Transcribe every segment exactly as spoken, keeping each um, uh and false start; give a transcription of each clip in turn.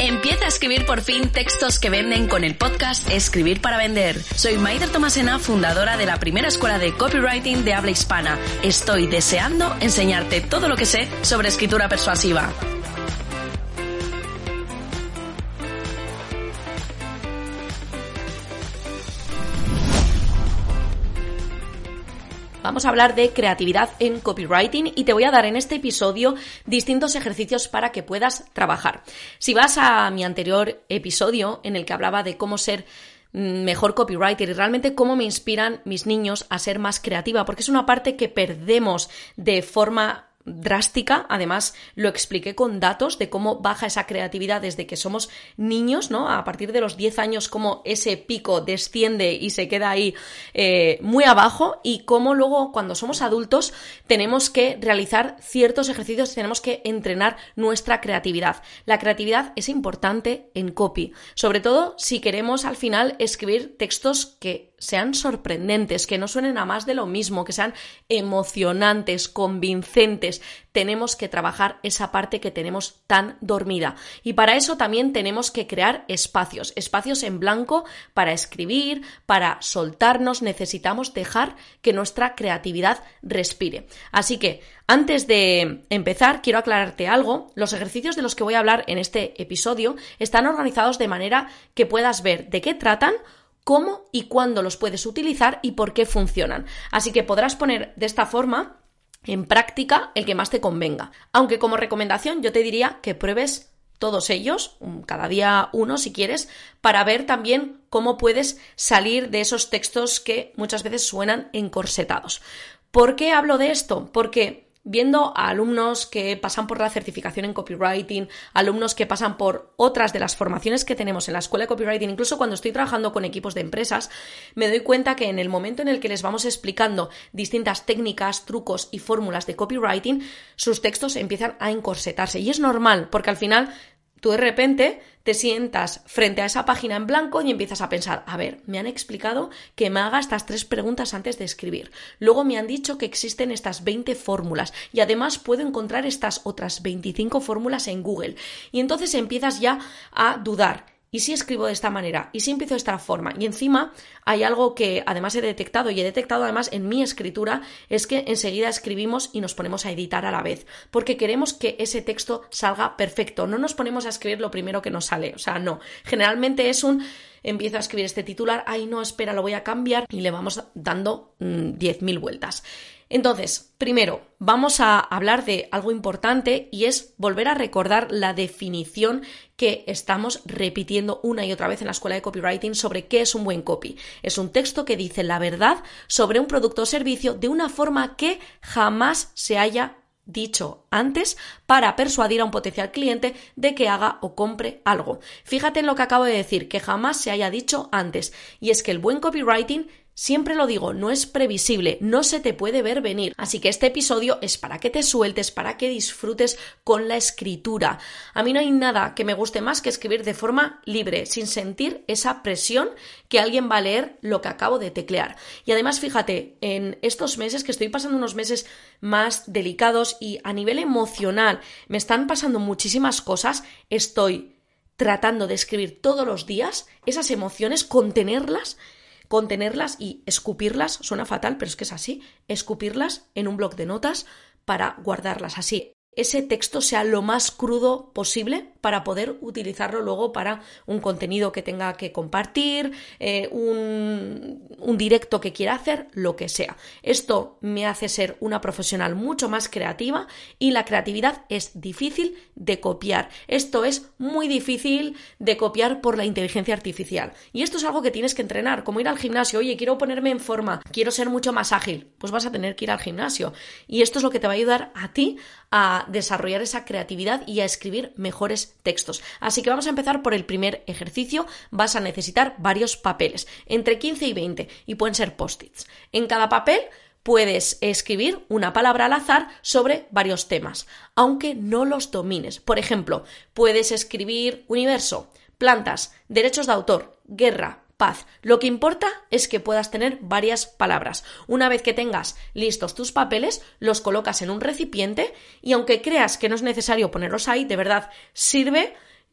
Empieza a escribir por fin textos que venden con el podcast Escribir para Vender. Soy Maider Tomasena, fundadora de la primera escuela de copywriting de habla hispana. Estoy deseando enseñarte todo lo que sé sobre escritura persuasiva. Vamos a hablar de creatividad en copywriting y te voy a dar en este episodio distintos ejercicios para que puedas trabajar. Si vas a mi anterior episodio en el que hablaba de cómo ser mejor copywriter y realmente cómo me inspiran mis niños a ser más creativa, porque es una parte que perdemos de forma drástica. Además lo expliqué con datos de cómo baja esa creatividad desde que somos niños, ¿no? A partir de los diez años, cómo ese pico desciende y se queda ahí eh, muy abajo, y cómo luego cuando somos adultos tenemos que realizar ciertos ejercicios, tenemos que entrenar nuestra creatividad. La creatividad es importante en copy, sobre todo si queremos al final escribir textos que sean sorprendentes, que no suenen a más de lo mismo, que sean emocionantes, convincentes. Tenemos que trabajar esa parte que tenemos tan dormida. Y para eso también tenemos que crear espacios, espacios en blanco para escribir, para soltarnos. Necesitamos dejar que nuestra creatividad respire. Así que, antes de empezar, quiero aclararte algo. Los ejercicios de los que voy a hablar en este episodio están organizados de manera que puedas ver de qué tratan, cómo y cuándo los puedes utilizar y por qué funcionan. Así que podrás poner de esta forma en práctica el que más te convenga. Aunque como recomendación yo te diría que pruebes todos ellos, cada día uno si quieres, para ver también cómo puedes salir de esos textos que muchas veces suenan encorsetados. ¿Por qué hablo de esto? Porque viendo a alumnos que pasan por la certificación en copywriting, alumnos que pasan por otras de las formaciones que tenemos en la escuela de copywriting, incluso cuando estoy trabajando con equipos de empresas, me doy cuenta que en el momento en el que les vamos explicando distintas técnicas, trucos y fórmulas de copywriting, sus textos empiezan a encorsetarse. Y es normal, porque al final tú de repente te sientas frente a esa página en blanco y empiezas a pensar, a ver, me han explicado que me haga estas tres preguntas antes de escribir. Luego me han dicho que existen estas veinte fórmulas y además puedo encontrar estas otras veinticinco fórmulas en Google. Y entonces empiezas ya a dudar. ¿Y si escribo de esta manera? ¿Y si empiezo de esta forma? Y encima hay algo que además he detectado y he detectado además en mi escritura, es que enseguida escribimos y nos ponemos a editar a la vez, porque queremos que ese texto salga perfecto. No nos ponemos a escribir lo primero que nos sale, o sea, no. Generalmente es un empiezo a escribir este titular, ay no, espera, lo voy a cambiar, y le vamos dando mmm, diez mil vueltas. Entonces, primero, vamos a hablar de algo importante y es volver a recordar la definición que estamos repitiendo una y otra vez en la escuela de copywriting sobre qué es un buen copy. Es un texto que dice la verdad sobre un producto o servicio de una forma que jamás se haya dicho antes para persuadir a un potencial cliente de que haga o compre algo. Fíjate en lo que acabo de decir, que jamás se haya dicho antes. Y es que el buen copywriting, siempre lo digo, no es previsible, no se te puede ver venir. Así que este episodio es para que te sueltes, para que disfrutes con la escritura. A mí no hay nada que me guste más que escribir de forma libre, sin sentir esa presión que alguien va a leer lo que acabo de teclear. Y además, fíjate, en estos meses, que estoy pasando unos meses más delicados y a nivel emocional me están pasando muchísimas cosas, estoy tratando de escribir todos los días esas emociones, contenerlas, contenerlas y escupirlas, suena fatal, pero es que es así, escupirlas en un bloc de notas para guardarlas así. Ese texto sea lo más crudo posible para poder utilizarlo luego para un contenido que tenga que compartir, eh, un, un directo que quiera hacer, lo que sea. Esto me hace ser una profesional mucho más creativa y la creatividad es difícil de copiar. Esto es muy difícil de copiar por la inteligencia artificial. Y esto es algo que tienes que entrenar, como ir al gimnasio. Oye, quiero ponerme en forma, quiero ser mucho más ágil. Pues vas a tener que ir al gimnasio. Y esto es lo que te va a ayudar a ti a desarrollar esa creatividad y a escribir mejores textos. Así que vamos a empezar por el primer ejercicio. Vas a necesitar varios papeles, entre quince y veinte, y pueden ser post-its. En cada papel puedes escribir una palabra al azar sobre varios temas, aunque no los domines. Por ejemplo, puedes escribir universo, plantas, derechos de autor, guerra, paz. Lo que importa es que puedas tener varias palabras. Una vez que tengas listos tus papeles, los colocas en un recipiente y aunque creas que no es necesario ponerlos ahí, de verdad sirve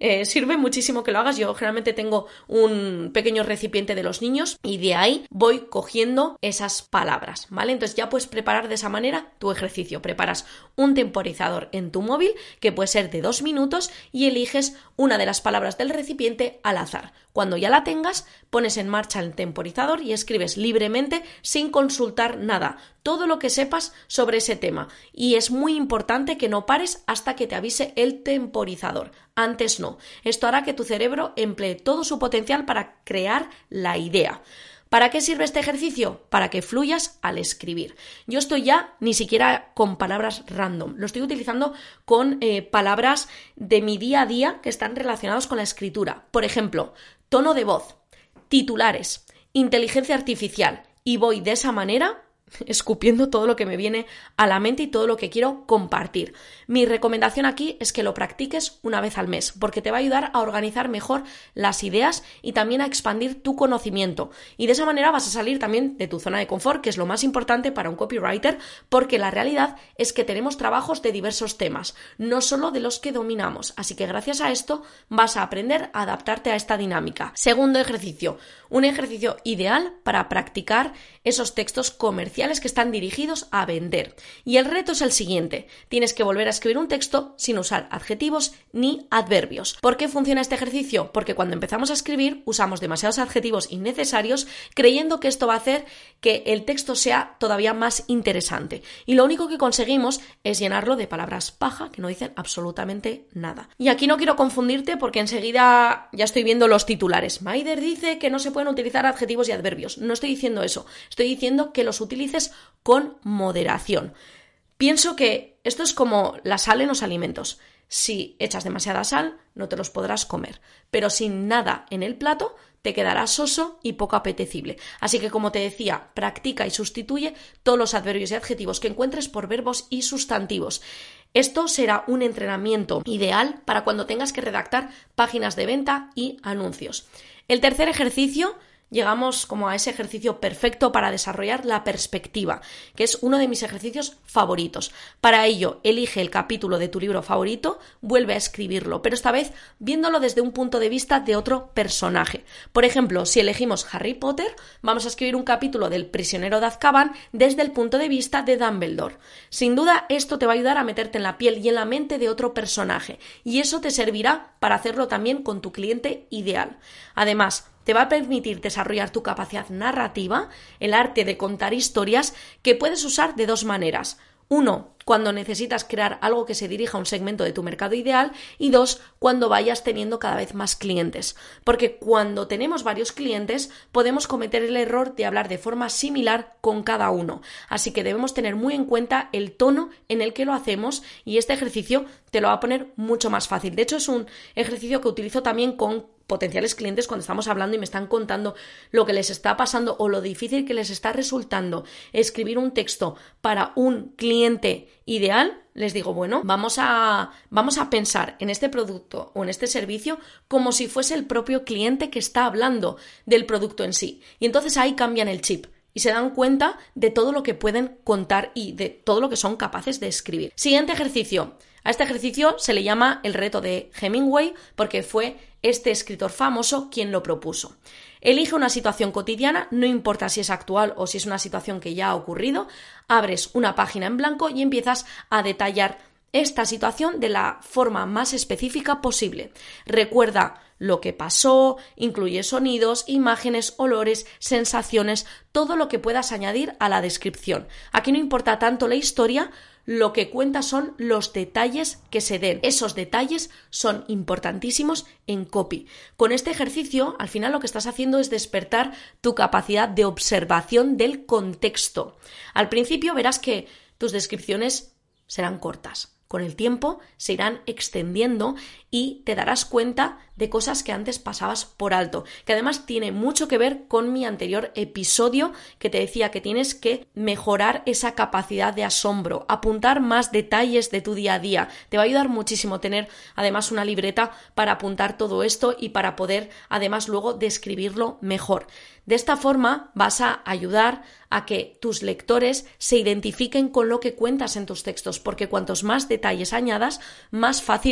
Eh, sirve muchísimo que lo hagas. Yo generalmente tengo un pequeño recipiente de los niños y de ahí voy cogiendo esas palabras, ¿vale? Entonces ya puedes preparar de esa manera tu ejercicio. Preparas un temporizador en tu móvil que puede ser de dos minutos y eliges una de las palabras del recipiente al azar. Cuando ya la tengas, pones en marcha el temporizador y escribes libremente sin consultar nada, todo lo que sepas sobre ese tema. Y es muy importante que no pares hasta que te avise el temporizador. Antes no. Esto hará que tu cerebro emplee todo su potencial para crear la idea. ¿Para qué sirve este ejercicio? Para que fluyas al escribir. Yo estoy ya ni siquiera con palabras random, lo estoy utilizando con eh, palabras de mi día a día que están relacionadas con la escritura. Por ejemplo, tono de voz, titulares, inteligencia artificial, y voy de esa manera escupiendo todo lo que me viene a la mente y todo lo que quiero compartir. Mi recomendación aquí es que lo practiques una vez al mes, porque te va a ayudar a organizar mejor las ideas y también a expandir tu conocimiento. Y de esa manera vas a salir también de tu zona de confort, que es lo más importante para un copywriter, porque la realidad es que tenemos trabajos de diversos temas, no solo de los que dominamos. Así que gracias a esto vas a aprender a adaptarte a esta dinámica. Segundo ejercicio, un ejercicio ideal para practicar esos textos comerciales que están dirigidos a vender. Y el reto es el siguiente: tienes que volver a escribir un texto sin usar adjetivos ni adverbios. ¿Por qué funciona este ejercicio? Porque cuando empezamos a escribir usamos demasiados adjetivos innecesarios creyendo que esto va a hacer que el texto sea todavía más interesante. Y lo único que conseguimos es llenarlo de palabras paja que no dicen absolutamente nada. Y aquí no quiero confundirte porque enseguida ya estoy viendo los titulares. Maider dice que no se pueden utilizar adjetivos y adverbios. No estoy diciendo eso. Estoy diciendo que los utilices con moderación. Pienso que esto es como la sal en los alimentos. Si echas demasiada sal, no te los podrás comer, pero sin nada en el plato te quedará soso y poco apetecible. Así que, como te decía, practica y sustituye todos los adverbios y adjetivos que encuentres por verbos y sustantivos. Esto será un entrenamiento ideal para cuando tengas que redactar páginas de venta y anuncios. El tercer ejercicio, llegamos como a ese ejercicio perfecto para desarrollar la perspectiva, que es uno de mis ejercicios favoritos. Para ello, elige el capítulo de tu libro favorito, vuelve a escribirlo, pero esta vez viéndolo desde un punto de vista de otro personaje. Por ejemplo, si elegimos Harry Potter, vamos a escribir un capítulo del prisionero de Azkaban desde el punto de vista de Dumbledore. Sin duda, esto te va a ayudar a meterte en la piel y en la mente de otro personaje, y eso te servirá para hacerlo también con tu cliente ideal. Además, te va a permitir desarrollar tu capacidad narrativa, el arte de contar historias, que puedes usar de dos maneras. Uno, cuando necesitas crear algo que se dirija a un segmento de tu mercado ideal, y dos, cuando vayas teniendo cada vez más clientes. Porque cuando tenemos varios clientes podemos cometer el error de hablar de forma similar con cada uno. Así que debemos tener muy en cuenta el tono en el que lo hacemos, y este ejercicio te lo va a poner mucho más fácil. De hecho, es un ejercicio que utilizo también con potenciales clientes cuando estamos hablando y me están contando lo que les está pasando o lo difícil que les está resultando escribir un texto para un cliente ideal. Les digo, bueno, vamos a, vamos a pensar en este producto o en este servicio como si fuese el propio cliente que está hablando del producto en sí. Y entonces ahí cambian el chip y se dan cuenta de todo lo que pueden contar y de todo lo que son capaces de escribir. Siguiente ejercicio. A este ejercicio se le llama el reto de Hemingway porque fue este escritor famoso quien lo propuso. Elige una situación cotidiana, no importa si es actual o si es una situación que ya ha ocurrido, abres una página en blanco y empiezas a detallar esta situación de la forma más específica posible. Recuerda lo que pasó, incluye sonidos, imágenes, olores, sensaciones, todo lo que puedas añadir a la descripción. Aquí no importa tanto la historia, lo que cuenta son los detalles que se den. Esos detalles son importantísimos en copy. Con este ejercicio, al final lo que estás haciendo es despertar tu capacidad de observación del contexto. Al principio verás que tus descripciones serán cortas. Con el tiempo se irán extendiendo y te darás cuenta de cosas que antes pasabas por alto, que además tiene mucho que ver con mi anterior episodio que te decía que tienes que mejorar esa capacidad de asombro, apuntar más detalles de tu día a día. Te va a ayudar muchísimo tener además una libreta para apuntar todo esto y para poder además luego describirlo mejor. De esta forma vas a ayudar a que tus lectores se identifiquen con lo que cuentas en tus textos, porque cuantos más detalles añadas, más fácil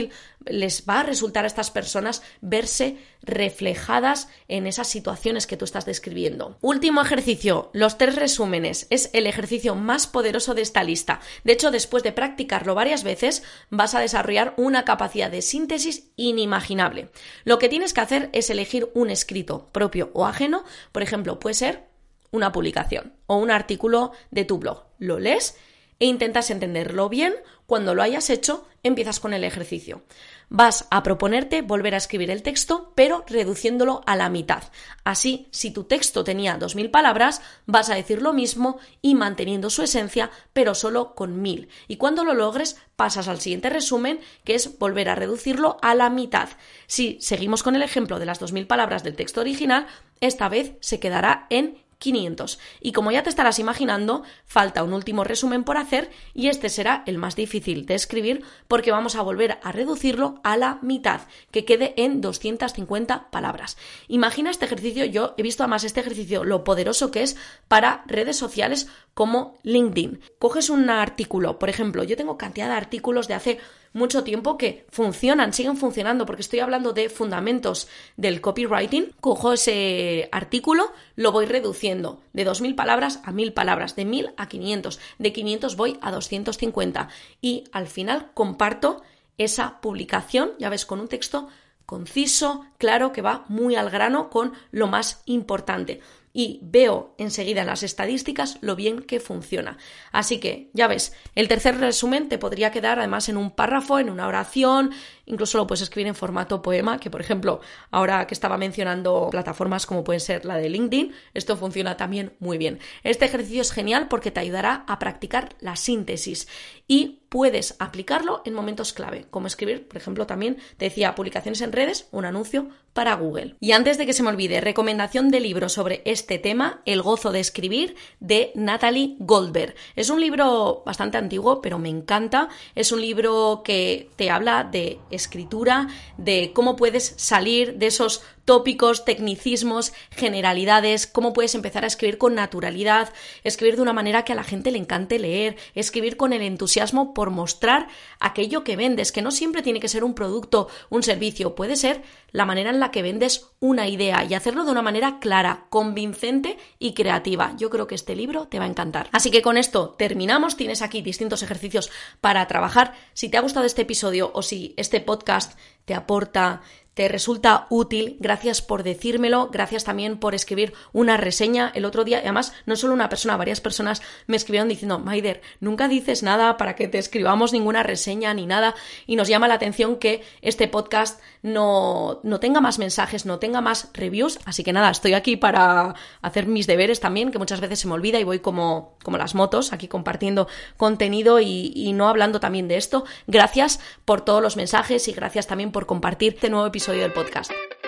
les va a resultar a estas personas verse reflejadas en esas situaciones que tú estás describiendo. Último ejercicio, los tres resúmenes. Es el ejercicio más poderoso de esta lista. De hecho, después de practicarlo varias veces, vas a desarrollar una capacidad de síntesis inimaginable. Lo que tienes que hacer es elegir un escrito propio o ajeno. Por ejemplo, puede ser una publicación o un artículo de tu blog. Lo lees e intentas entenderlo bien. Cuando lo hayas hecho, empiezas con el ejercicio. Vas a proponerte volver a escribir el texto, pero reduciéndolo a la mitad. Así, si tu texto tenía dos mil palabras, vas a decir lo mismo y manteniendo su esencia, pero solo con mil. Y cuando lo logres, pasas al siguiente resumen, que es volver a reducirlo a la mitad. Si seguimos con el ejemplo de las dos mil palabras del texto original, esta vez se quedará en quinientos. Y como ya te estarás imaginando, falta un último resumen por hacer y este será el más difícil de escribir porque vamos a volver a reducirlo a la mitad, que quede en doscientas cincuenta palabras. Imagina este ejercicio, yo he visto además este ejercicio lo poderoso que es para redes sociales como LinkedIn. Coges un artículo, por ejemplo, yo tengo cantidad de artículos de hace mucho tiempo que funcionan, siguen funcionando, porque estoy hablando de fundamentos del copywriting. Cojo ese artículo, lo voy reduciendo de dos mil palabras a mil palabras, de mil a quinientos, de quinientos voy a doscientos cincuenta y al final comparto esa publicación, ya ves, con un texto conciso, claro, que va muy al grano con lo más importante. Y veo enseguida en las estadísticas lo bien que funciona. Así que, ya ves, el tercer resumen te podría quedar además en un párrafo, en una oración, incluso lo puedes escribir en formato poema, que por ejemplo, ahora que estaba mencionando plataformas como pueden ser la de LinkedIn, esto funciona también muy bien. Este ejercicio es genial porque te ayudará a practicar la síntesis y puedes aplicarlo en momentos clave, como escribir, por ejemplo, también te decía publicaciones en redes, un anuncio para Google. Y antes de que se me olvide, recomendación de libro sobre este tema, El gozo de escribir, de Natalie Goldberg. Es un libro bastante antiguo, pero me encanta. Es un libro que te habla de escritura, de cómo puedes salir de esos tópicos, tecnicismos, generalidades, cómo puedes empezar a escribir con naturalidad, escribir de una manera que a la gente le encante leer, escribir con el entusiasmo por mostrar aquello que vendes, que no siempre tiene que ser un producto, un servicio, puede ser la manera en la que vendes una idea y hacerlo de una manera clara, convincente y creativa. Yo creo que este libro te va a encantar. Así que con esto terminamos. Tienes aquí distintos ejercicios para trabajar. Si te ha gustado este episodio o si este podcast te aporta, te resulta útil, gracias por decírmelo, gracias también por escribir una reseña el otro día. Y además, no solo una persona, varias personas me escribieron diciendo: Maider, nunca dices nada para que te escribamos ninguna reseña ni nada, y nos llama la atención que este podcast no, no tenga más mensajes, no tenga más reviews. Así que nada, estoy aquí para hacer mis deberes también, que muchas veces se me olvida y voy como, como las motos, aquí compartiendo contenido y, y no hablando también de esto. Gracias por todos los mensajes y gracias también por compartir este nuevo episodio del podcast.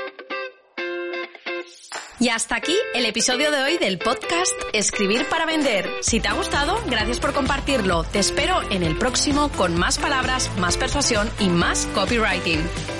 Y hasta aquí el episodio de hoy del podcast Escribir para Vender. Si te ha gustado, gracias por compartirlo. Te espero en el próximo con más palabras, más persuasión y más copywriting.